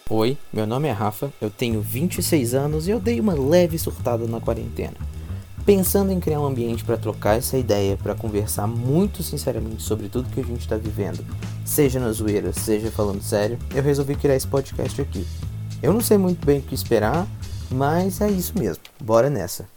Oi, meu nome é Rafa, eu tenho 26 anos e eu dei uma leve surtada na quarentena. Pensando em criar um ambiente para trocar essa ideia, para conversar muito sinceramente sobre tudo que a gente está vivendo, seja na zoeira, seja falando sério, eu resolvi criar esse podcast aqui. Eu não sei muito bem o que esperar, mas é isso mesmo, bora nessa.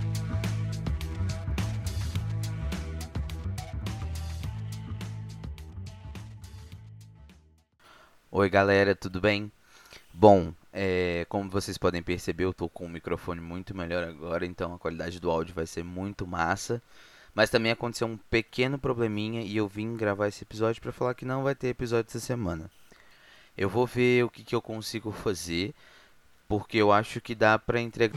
Oi galera, tudo bem? Bom, como vocês podem perceber, eu tô com um microfone muito melhor agora, então a qualidade do áudio vai ser muito massa. Mas também aconteceu um pequeno probleminha e eu vim gravar esse episódio pra falar que não vai ter episódio essa semana. Eu vou ver o que eu consigo fazer, porque eu acho que dá pra entregar.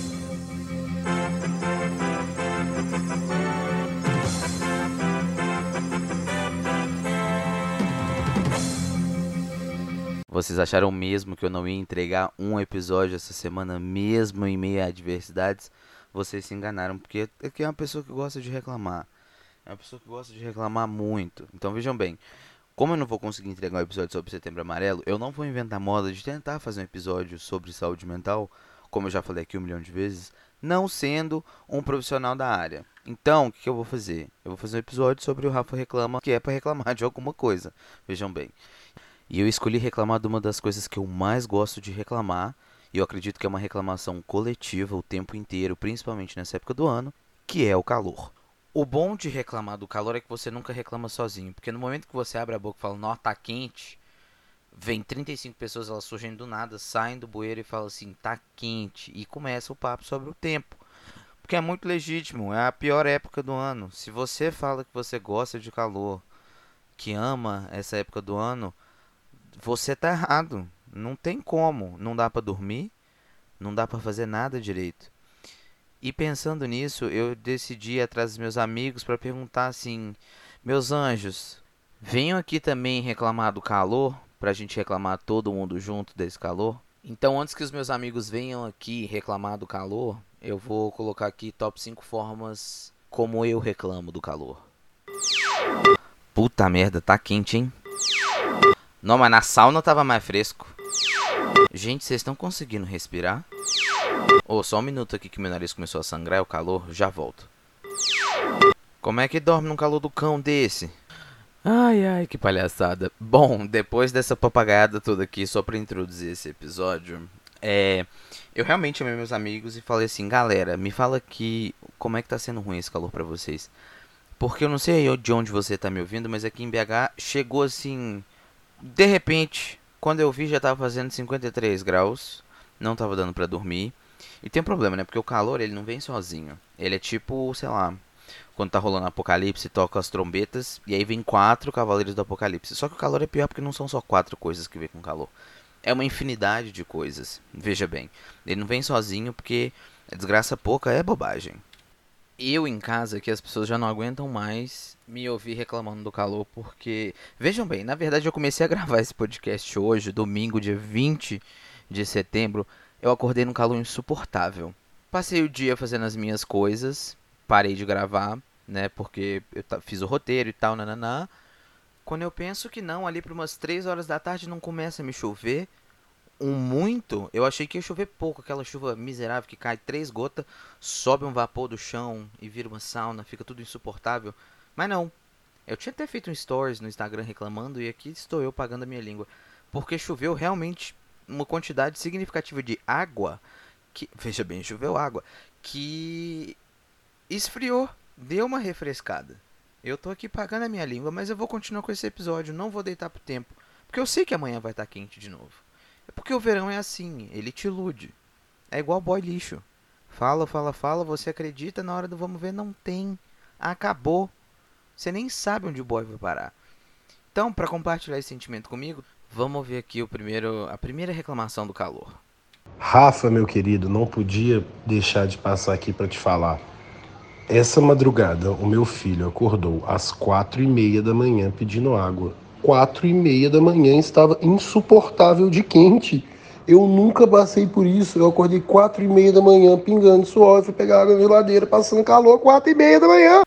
Vocês acharam mesmo que eu não ia entregar um episódio essa semana, mesmo em meio a adversidades? Vocês se enganaram, porque aqui é uma pessoa que gosta de reclamar. É uma pessoa que gosta de reclamar muito. Então vejam bem, como eu não vou conseguir entregar um episódio sobre Setembro Amarelo, eu não vou inventar moda de tentar fazer um episódio sobre saúde mental, como eu já falei aqui um milhão de vezes, não sendo um profissional da área. Então, o que eu vou fazer? Eu vou fazer um episódio sobre o Rafa Reclama, que é para reclamar de alguma coisa. Vejam bem. E eu escolhi reclamar de uma das coisas que eu mais gosto de reclamar, e eu acredito que é uma reclamação coletiva o tempo inteiro, principalmente nessa época do ano, que é o calor. O bom de reclamar do calor é que você nunca reclama sozinho, porque no momento que você abre a boca e fala, nó, tá quente, vem 35 pessoas, elas surgem do nada, saem do bueiro e falam assim, tá quente, e começa o papo sobre o tempo. Porque é muito legítimo, é a pior época do ano. Se você fala que você gosta de calor, que ama essa época do ano, você tá errado. Não tem como, não dá pra dormir, não dá pra fazer nada direito. E pensando nisso, eu decidi ir atrás dos meus amigos para perguntar assim: meus anjos, venham aqui também reclamar do calor, pra gente reclamar todo mundo junto desse calor. Então, antes que os meus amigos venham aqui reclamar do calor, eu vou colocar aqui top 5 formas como eu reclamo do calor. Puta merda, tá quente, hein? Não, mas na sauna tava mais fresco. Gente, vocês estão conseguindo respirar? Ô, só um minuto aqui que meu nariz começou a sangrar, é o calor, já volto. Como é que dorme num calor do cão desse? Ai, ai, que palhaçada. Bom, depois dessa papagaiada toda aqui, só pra introduzir esse episódio, eu realmente chamei meus amigos e falei assim, galera, me fala aqui como é que tá sendo ruim esse calor pra vocês. Porque eu não sei de onde você tá me ouvindo, mas aqui em BH chegou assim, de repente, quando eu vi já tava fazendo 53 graus, não tava dando pra dormir. E tem um problema, né? Porque o calor, ele não vem sozinho. Ele é tipo, sei lá, quando tá rolando Apocalipse, toca as trombetas, e aí vem 4 cavaleiros do Apocalipse. Só que o calor é pior porque não são só 4 coisas que vem com calor. É uma infinidade de coisas. Veja bem, ele não vem sozinho porque a desgraça pouca é bobagem. Eu em casa, que as pessoas já não aguentam mais me ouvir reclamando do calor, porque, vejam bem, na verdade eu comecei a gravar esse podcast hoje, domingo, dia 20 de setembro. Eu acordei num calor insuportável. Passei o dia fazendo as minhas coisas, parei de gravar, né, porque eu fiz o roteiro e tal, nananá. Quando eu penso que não, ali para umas 3 horas da tarde não começa a me chover, eu achei que ia chover pouco, aquela chuva miserável que cai 3 gotas, sobe um vapor do chão e vira uma sauna, fica tudo insuportável. Mas não, eu tinha até feito um stories no Instagram reclamando e aqui estou eu pagando a minha língua. Porque choveu realmente uma quantidade significativa de água, que, veja bem, choveu água, que esfriou, deu uma refrescada. Eu tô aqui pagando a minha língua, mas eu vou continuar com esse episódio, não vou deitar pro tempo, porque eu sei que amanhã vai estar quente de novo. É porque o verão é assim, ele te ilude. É igual boy lixo. Fala, fala, fala, você acredita, na hora do vamos ver não tem. Acabou. Você nem sabe onde o boy vai parar. Então, para compartilhar esse sentimento comigo, vamos ver aqui a primeira reclamação do calor. Rafa, meu querido, não podia deixar de passar aqui para te falar. Essa madrugada, o meu filho acordou às 4h30 da manhã pedindo água. 4h30 da manhã estava insuportável de quente. Eu nunca passei por isso. Eu acordei 4h30 da manhã pingando suor, fui pegar água na geladeira, passando calor, 4h30 da manhã.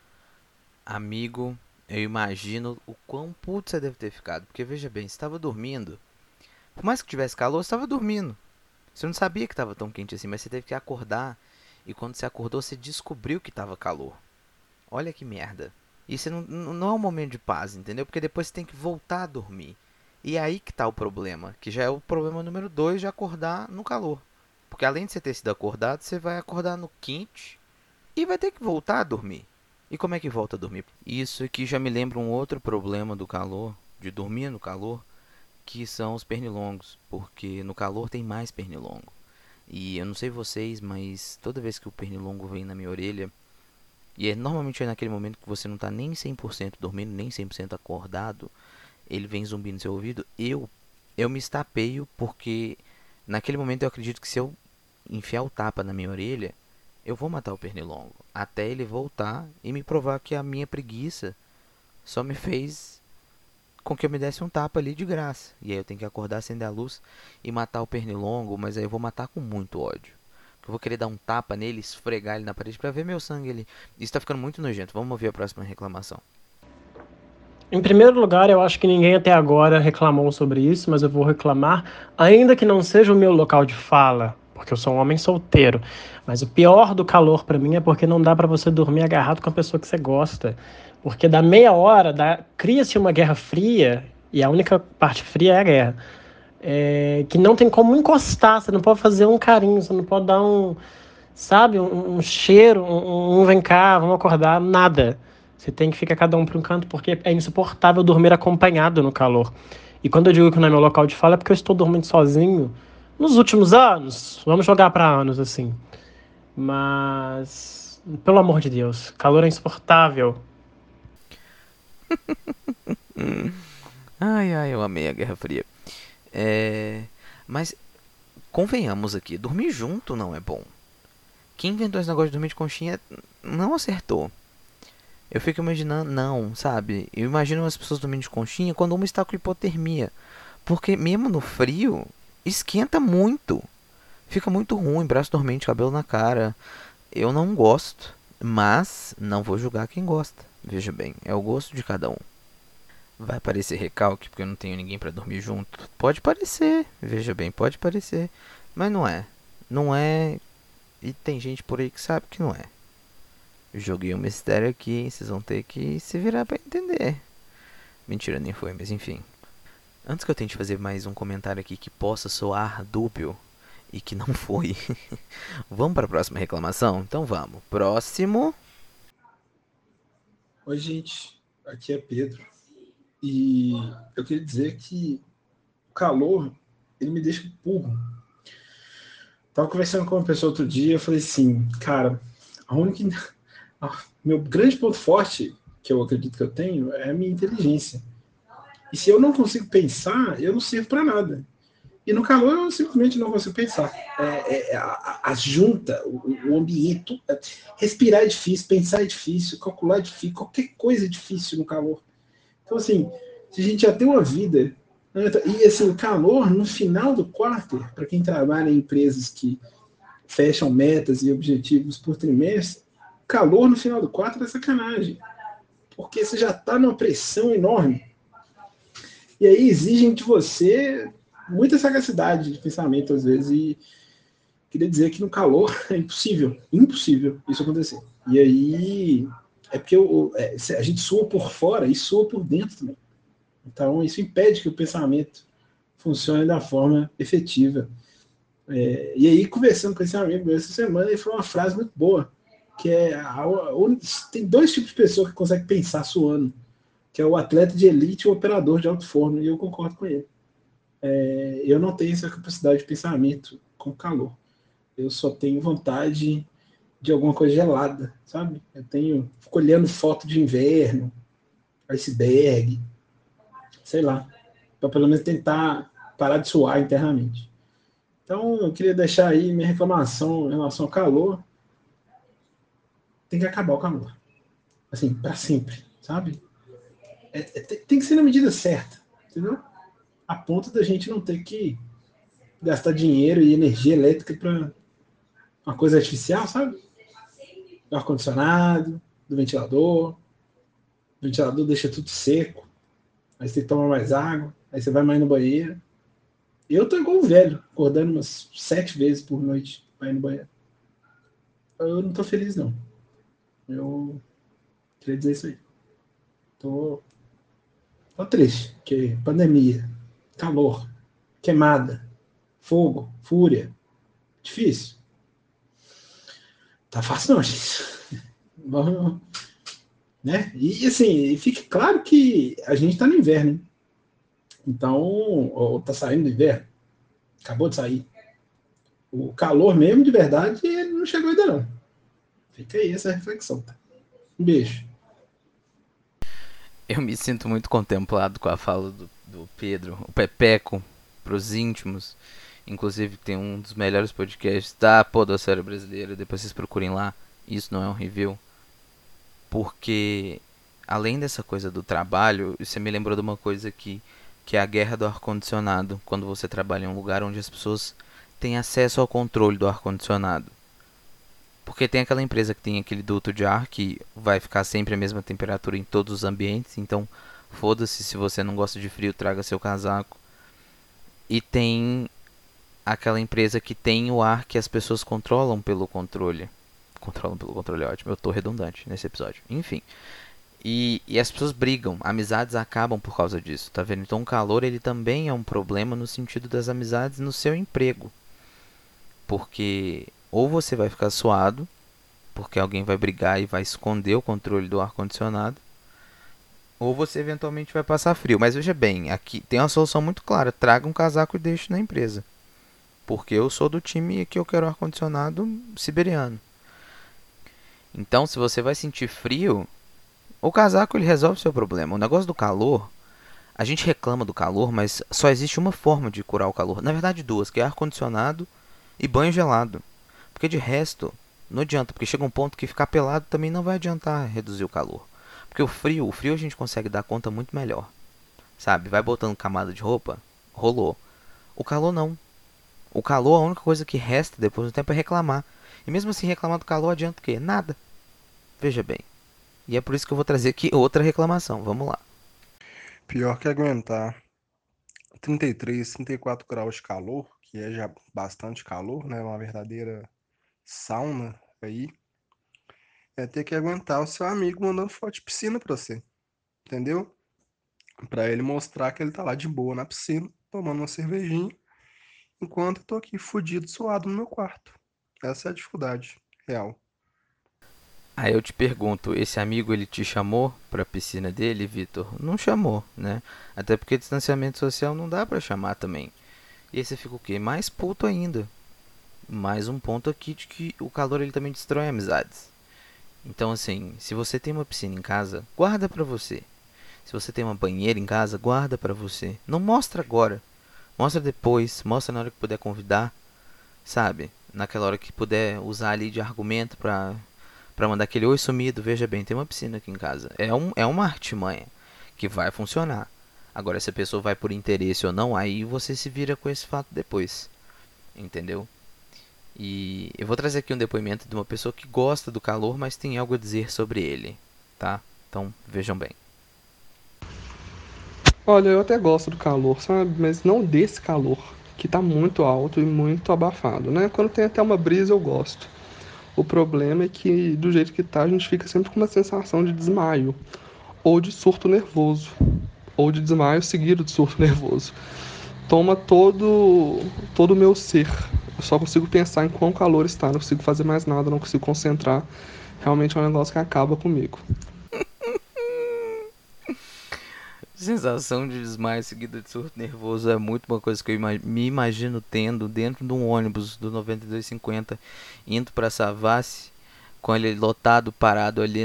Amigo, eu imagino o quão puto você deve ter ficado. Porque veja bem, você estava dormindo. Por mais que tivesse calor, você estava dormindo. Você não sabia que estava tão quente assim, mas você teve que acordar. E quando você acordou, você descobriu que estava calor. Olha que merda. Isso não é um momento de paz, entendeu? Porque depois você tem que voltar a dormir. E é aí que tá o problema. Que já é o problema número 2 de acordar no calor. Porque além de você ter sido acordado, você vai acordar no quente e vai ter que voltar a dormir. E como é que volta a dormir? Isso aqui já me lembra um outro problema do calor, de dormir no calor, que são os pernilongos. Porque no calor tem mais pernilongo. E eu não sei vocês, mas toda vez que o pernilongo vem na minha orelha, e normalmente é naquele momento que você não está nem 100% dormindo, nem 100% acordado, ele vem zumbindo no seu ouvido, eu me estapeio porque naquele momento eu acredito que se eu enfiar o tapa na minha orelha, eu vou matar o pernilongo, até ele voltar e me provar que a minha preguiça só me fez com que eu me desse um tapa ali de graça. E aí eu tenho que acordar, acender a luz e matar o pernilongo, mas aí eu vou matar com muito ódio. Eu vou querer dar um tapa nele, esfregar ele na parede pra ver meu sangue ali. Isso tá ficando muito nojento. Vamos ouvir a próxima reclamação. Em primeiro lugar, eu acho que ninguém até agora reclamou sobre isso, mas eu vou reclamar, ainda que não seja o meu local de fala, porque eu sou um homem solteiro. Mas o pior do calor pra mim é porque não dá pra você dormir agarrado com a pessoa que você gosta. Porque da meia hora, cria-se uma guerra fria, e a única parte fria é a guerra. Que não tem como encostar, você não pode fazer um carinho, você não pode dar um, sabe, um cheiro, vem cá, vamos acordar, nada. Você tem que ficar cada um para um canto, porque é insuportável dormir acompanhado no calor. E quando eu digo que não é meu local de fala, é porque eu estou dormindo sozinho nos últimos anos. Vamos jogar para anos, assim. Mas, pelo amor de Deus, calor é insuportável. Ai, ai, eu amei a Guerra Fria. Mas, convenhamos aqui, dormir junto não é bom. Quem inventou esse negócio de dormir de conchinha não acertou. Eu fico imaginando, não, sabe? Eu imagino as pessoas dormindo de conchinha quando uma está com hipotermia. Porque mesmo no frio, esquenta muito. Fica muito ruim, braço dormente, cabelo na cara. Eu não gosto, mas não vou julgar quem gosta. Veja bem, é o gosto de cada um. Vai parecer recalque porque eu não tenho ninguém pra dormir junto? Pode parecer, veja bem, pode parecer. Mas não é. Não é. E tem gente por aí que sabe que não é. Joguei um mistério aqui, vocês vão ter que se virar pra entender. Mentira, nem foi, mas enfim. Antes que eu tente fazer mais um comentário aqui que possa soar dúbio e que não foi, vamos para a próxima reclamação? Então vamos. Próximo. Oi, gente. Aqui é Pedro. E eu queria dizer que o calor, ele me deixa burro. Tava conversando com uma pessoa outro dia, eu falei assim, cara, meu grande ponto forte, que eu acredito que eu tenho, é a minha inteligência. E se eu não consigo pensar, eu não sirvo para nada. E no calor eu simplesmente não consigo pensar. A junta, o ambiente, respirar é difícil, pensar é difícil, calcular é difícil, qualquer coisa é difícil no calor. Então, assim, se a gente já tem uma vida, né, e assim, o calor no final do quarter, para quem trabalha em empresas que fecham metas e objetivos por trimestre, calor no final do quarter é sacanagem. Porque você já está numa pressão enorme. E aí exigem de você muita sagacidade de pensamento, às vezes, e queria dizer que no calor é impossível isso acontecer. E aí é porque a gente sua por fora e sua por dentro também. Então isso impede que o pensamento funcione da forma efetiva. E aí, conversando com esse amigo meu essa semana, ele falou uma frase muito boa, que tem dois tipos de pessoa que conseguem pensar suando, que é o atleta de elite e o operador de alto forno, e eu concordo com ele. Eu não tenho essa capacidade de pensamento com calor. Eu só tenho vontade de alguma coisa gelada, sabe? Fico olhando foto de inverno, iceberg, sei lá, para pelo menos tentar parar de suar internamente. Então, eu queria deixar aí minha reclamação em relação ao calor. Tem que acabar o calor. Assim, para sempre, sabe? Tem que ser na medida certa, entendeu? A ponto da gente não ter que gastar dinheiro e energia elétrica para uma coisa artificial, sabe? Do ar-condicionado, do ventilador. O ventilador deixa tudo seco. Aí você tem que tomar mais água. Aí você vai mais no banheiro. Eu tô igual um velho, acordando umas 7 vezes por noite pra ir no banheiro. Eu não tô feliz, não. Eu queria dizer isso aí. Tô triste, porque pandemia, calor, queimada, fogo, fúria, difícil. Tá fácil não, gente. Vamos, né? E assim, fique claro que a gente tá no inverno, hein? Então, ou tá saindo do inverno, acabou de sair. O calor mesmo, de verdade, ele não chegou ainda não. Fica aí essa reflexão, tá? Um beijo. Eu me sinto muito contemplado com a fala do Pedro, o Pepeco, pros íntimos. Inclusive tem um dos melhores podcasts da podosfera brasileira. Depois vocês procurem lá. Isso não é um review. Porque, além dessa coisa do trabalho, você me lembrou de uma coisa que é a guerra do ar-condicionado. Quando você trabalha em um lugar onde as pessoas têm acesso ao controle do ar-condicionado. Porque tem aquela empresa que tem aquele duto de ar que vai ficar sempre a mesma temperatura em todos os ambientes. Então, foda-se, se você não gosta de frio, traga seu casaco. E tem aquela empresa que tem o ar que as pessoas controlam pelo controle. Controlam pelo controle é ótimo, eu tô redundante nesse episódio. Enfim. E as pessoas brigam, amizades acabam por causa disso, tá vendo? Então o calor ele também é um problema no sentido das amizades no seu emprego. Porque ou você vai ficar suado, porque alguém vai brigar e vai esconder o controle do ar-condicionado, ou você eventualmente vai passar frio. Mas veja bem, aqui tem uma solução muito clara: traga um casaco e deixe na empresa. Porque eu sou do time que eu quero ar-condicionado siberiano. Então, se você vai sentir frio, o casaco ele resolve o seu problema. O negócio do calor, a gente reclama do calor, mas só existe uma forma de curar o calor. Na verdade, duas, que é ar-condicionado e banho gelado. Porque de resto, não adianta, porque chega um ponto que ficar pelado também não vai adiantar reduzir o calor. Porque o frio a gente consegue dar conta muito melhor. Sabe? Vai botando camada de roupa, rolou. O calor não. O calor, a única coisa que resta depois do tempo é reclamar. E mesmo assim, reclamar do calor adianta o quê? Nada. Veja bem. E é por isso que eu vou trazer aqui outra reclamação. Vamos lá. Pior que aguentar 33, 34 graus de calor, que é já bastante calor, né? Uma verdadeira sauna aí, é ter que aguentar o seu amigo mandando foto de piscina pra você, entendeu? Pra ele mostrar que ele tá lá de boa na piscina, tomando uma cervejinha, enquanto eu tô aqui fudido, suado no meu quarto. Essa é a dificuldade real. Aí eu te pergunto, esse amigo ele te chamou pra piscina dele, Vitor? Não chamou, né? Até porque distanciamento social não dá pra chamar também. E aí você fica o quê? Mais puto ainda. Mais um ponto aqui de que o calor ele também destrói amizades. Então assim, se você tem uma piscina em casa, guarda pra você. Se você tem uma banheira em casa, guarda pra você. Não mostra agora. Mostra depois, mostra na hora que puder convidar, sabe? Naquela hora que puder usar ali de argumento pra mandar aquele oi sumido. Veja bem, tem uma piscina aqui em casa. É uma artimanha que vai funcionar. Agora, se a pessoa vai por interesse ou não, aí você se vira com esse fato depois. Entendeu? E eu vou trazer aqui um depoimento de uma pessoa que gosta do calor, mas tem algo a dizer sobre ele, tá? Então, vejam bem. Olha, eu até gosto do calor, sabe? Mas não desse calor, que tá muito alto e muito abafado, né? Quando tem até uma brisa eu gosto. O problema é que, do jeito que tá, a gente fica sempre com uma sensação de desmaio, ou de surto nervoso, ou de desmaio seguido de surto nervoso. Toma todo o meu ser. Eu só consigo pensar em quão calor está, não consigo fazer mais nada, não consigo concentrar. Realmente é um negócio que acaba comigo. Sensação de desmaio seguida de surto nervoso é muito uma coisa que eu me imagino tendo dentro de um ônibus do 9250 indo para Savassi, com ele lotado, parado ali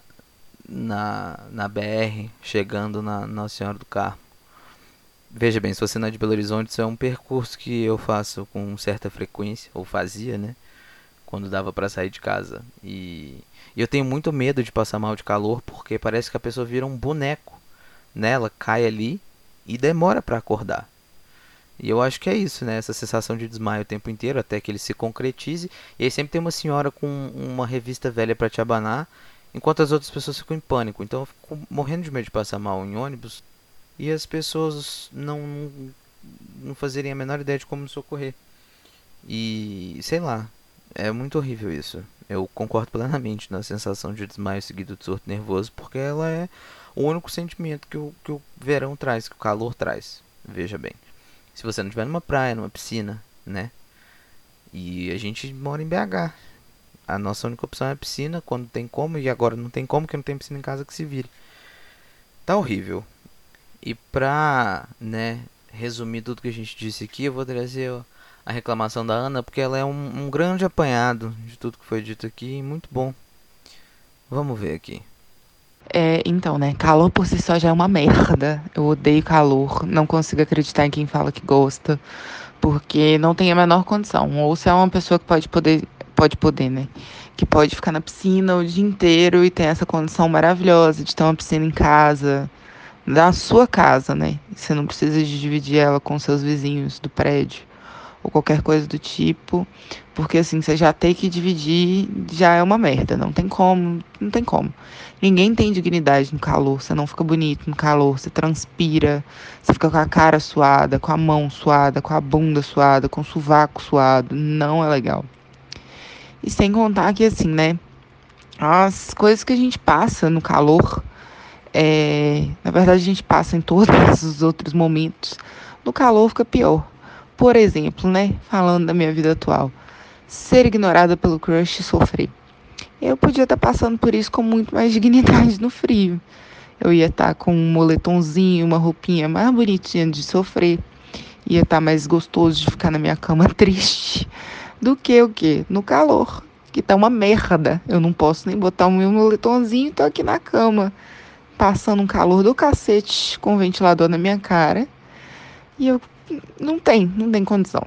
na BR, chegando na Nossa Senhora do Carmo. Veja bem, se você não é de Belo Horizonte, isso é um percurso que eu faço com certa frequência, ou fazia, né? Quando dava para sair de casa. E eu tenho muito medo de passar mal de calor, porque parece que a pessoa vira um boneco, né? Ela cai ali e demora para acordar. E eu acho que é isso, né? Essa sensação de desmaio o tempo inteiro, até que ele se concretize. E aí sempre tem uma senhora com uma revista velha para te abanar, enquanto as outras pessoas ficam em pânico. Então eu fico morrendo de medo de passar mal em ônibus. E as pessoas não fazerem a menor ideia de como socorrer. E sei lá, é muito horrível isso. Eu concordo plenamente na sensação de desmaio seguido de surto nervoso, porque ela é o único sentimento que o verão traz, que o calor traz. Veja bem, se você não estiver numa praia, numa piscina, né? E a gente mora em BH. A nossa única opção é a piscina, quando tem como, e agora não tem como, porque não tem piscina em casa, que se vire. Tá horrível. E pra, né, resumir tudo que a gente disse aqui, eu vou trazer a reclamação da Ana, porque ela é um grande apanhado de tudo que foi dito aqui, e muito bom. Vamos ver aqui. Então, né? Calor por si só já é uma merda. Eu odeio calor. Não consigo acreditar em quem fala que gosta. Porque não tem a menor condição. Ou se é uma pessoa que pode poder, né? Que pode ficar na piscina o dia inteiro e tem essa condição maravilhosa de ter uma piscina em casa, da sua casa, né? Você não precisa de dividir ela com seus vizinhos do prédio ou qualquer coisa do tipo, porque assim, você já tem que dividir, já é uma merda, não tem como, não tem como. Ninguém tem dignidade no calor, você não fica bonito no calor, você transpira, você fica com a cara suada, com a mão suada, com a bunda suada, com o sovaco suado, não é legal. E sem contar que assim, né, as coisas que a gente passa no calor, na verdade a gente passa em todos os outros momentos, no calor fica pior. Por exemplo, né, falando da minha vida atual, ser ignorada pelo crush e sofrer. Eu podia estar passando por isso com muito mais dignidade no frio. Eu ia estar com um moletomzinho, uma roupinha mais bonitinha de sofrer. Ia estar mais gostoso de ficar na minha cama triste do que o quê? No calor, que tá uma merda. Eu não posso nem botar o meu moletomzinho e tô aqui na cama, passando um calor do cacete com o ventilador na minha cara. E eu não tem condição.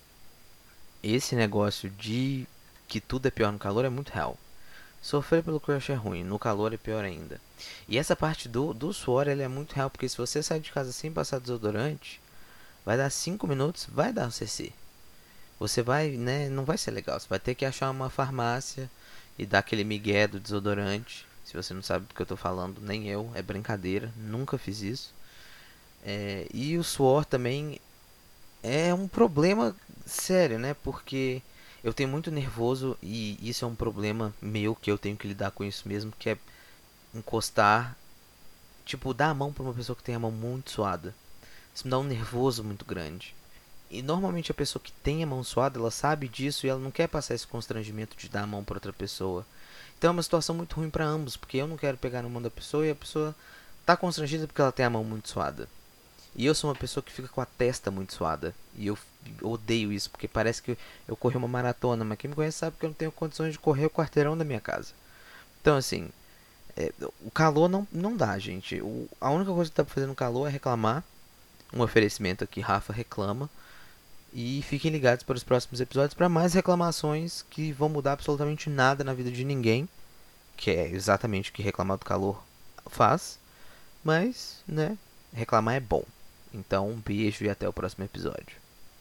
Esse negócio de que tudo é pior no calor é muito real. Sofrer pelo crush é ruim, no calor é pior ainda. E essa parte do suor, ele é muito real, porque se você sair de casa sem passar desodorante, vai dar 5 minutos, vai dar um CC. Você vai, né, não vai ser legal. Você vai ter que achar uma farmácia e dar aquele migué do desodorante. Se você não sabe do que eu tô falando, nem eu, é brincadeira, nunca fiz isso. E o suor também é um problema sério, né? Porque eu tenho muito nervoso e isso é um problema meu que eu tenho que lidar com isso mesmo, que é encostar, tipo, dar a mão pra uma pessoa que tem a mão muito suada. Isso me dá um nervoso muito grande. E normalmente a pessoa que tem a mão suada, ela sabe disso e ela não quer passar esse constrangimento de dar a mão pra outra pessoa. Então é uma situação muito ruim pra ambos, porque eu não quero pegar na mão da pessoa e a pessoa tá constrangida porque ela tem a mão muito suada. E eu sou uma pessoa que fica com a testa muito suada. E eu odeio isso, porque parece que eu corri uma maratona. Mas quem me conhece sabe que eu não tenho condições de correr o quarteirão da minha casa. Então, assim, o calor não dá, gente. A única coisa que dá pra fazer no calor é reclamar. Um oferecimento aqui, Rafa reclama. E fiquem ligados para os próximos episódios para mais reclamações que vão mudar absolutamente nada na vida de ninguém. Que é exatamente o que reclamar do calor faz. Mas, né, reclamar é bom. Então, um beijo e até o próximo episódio.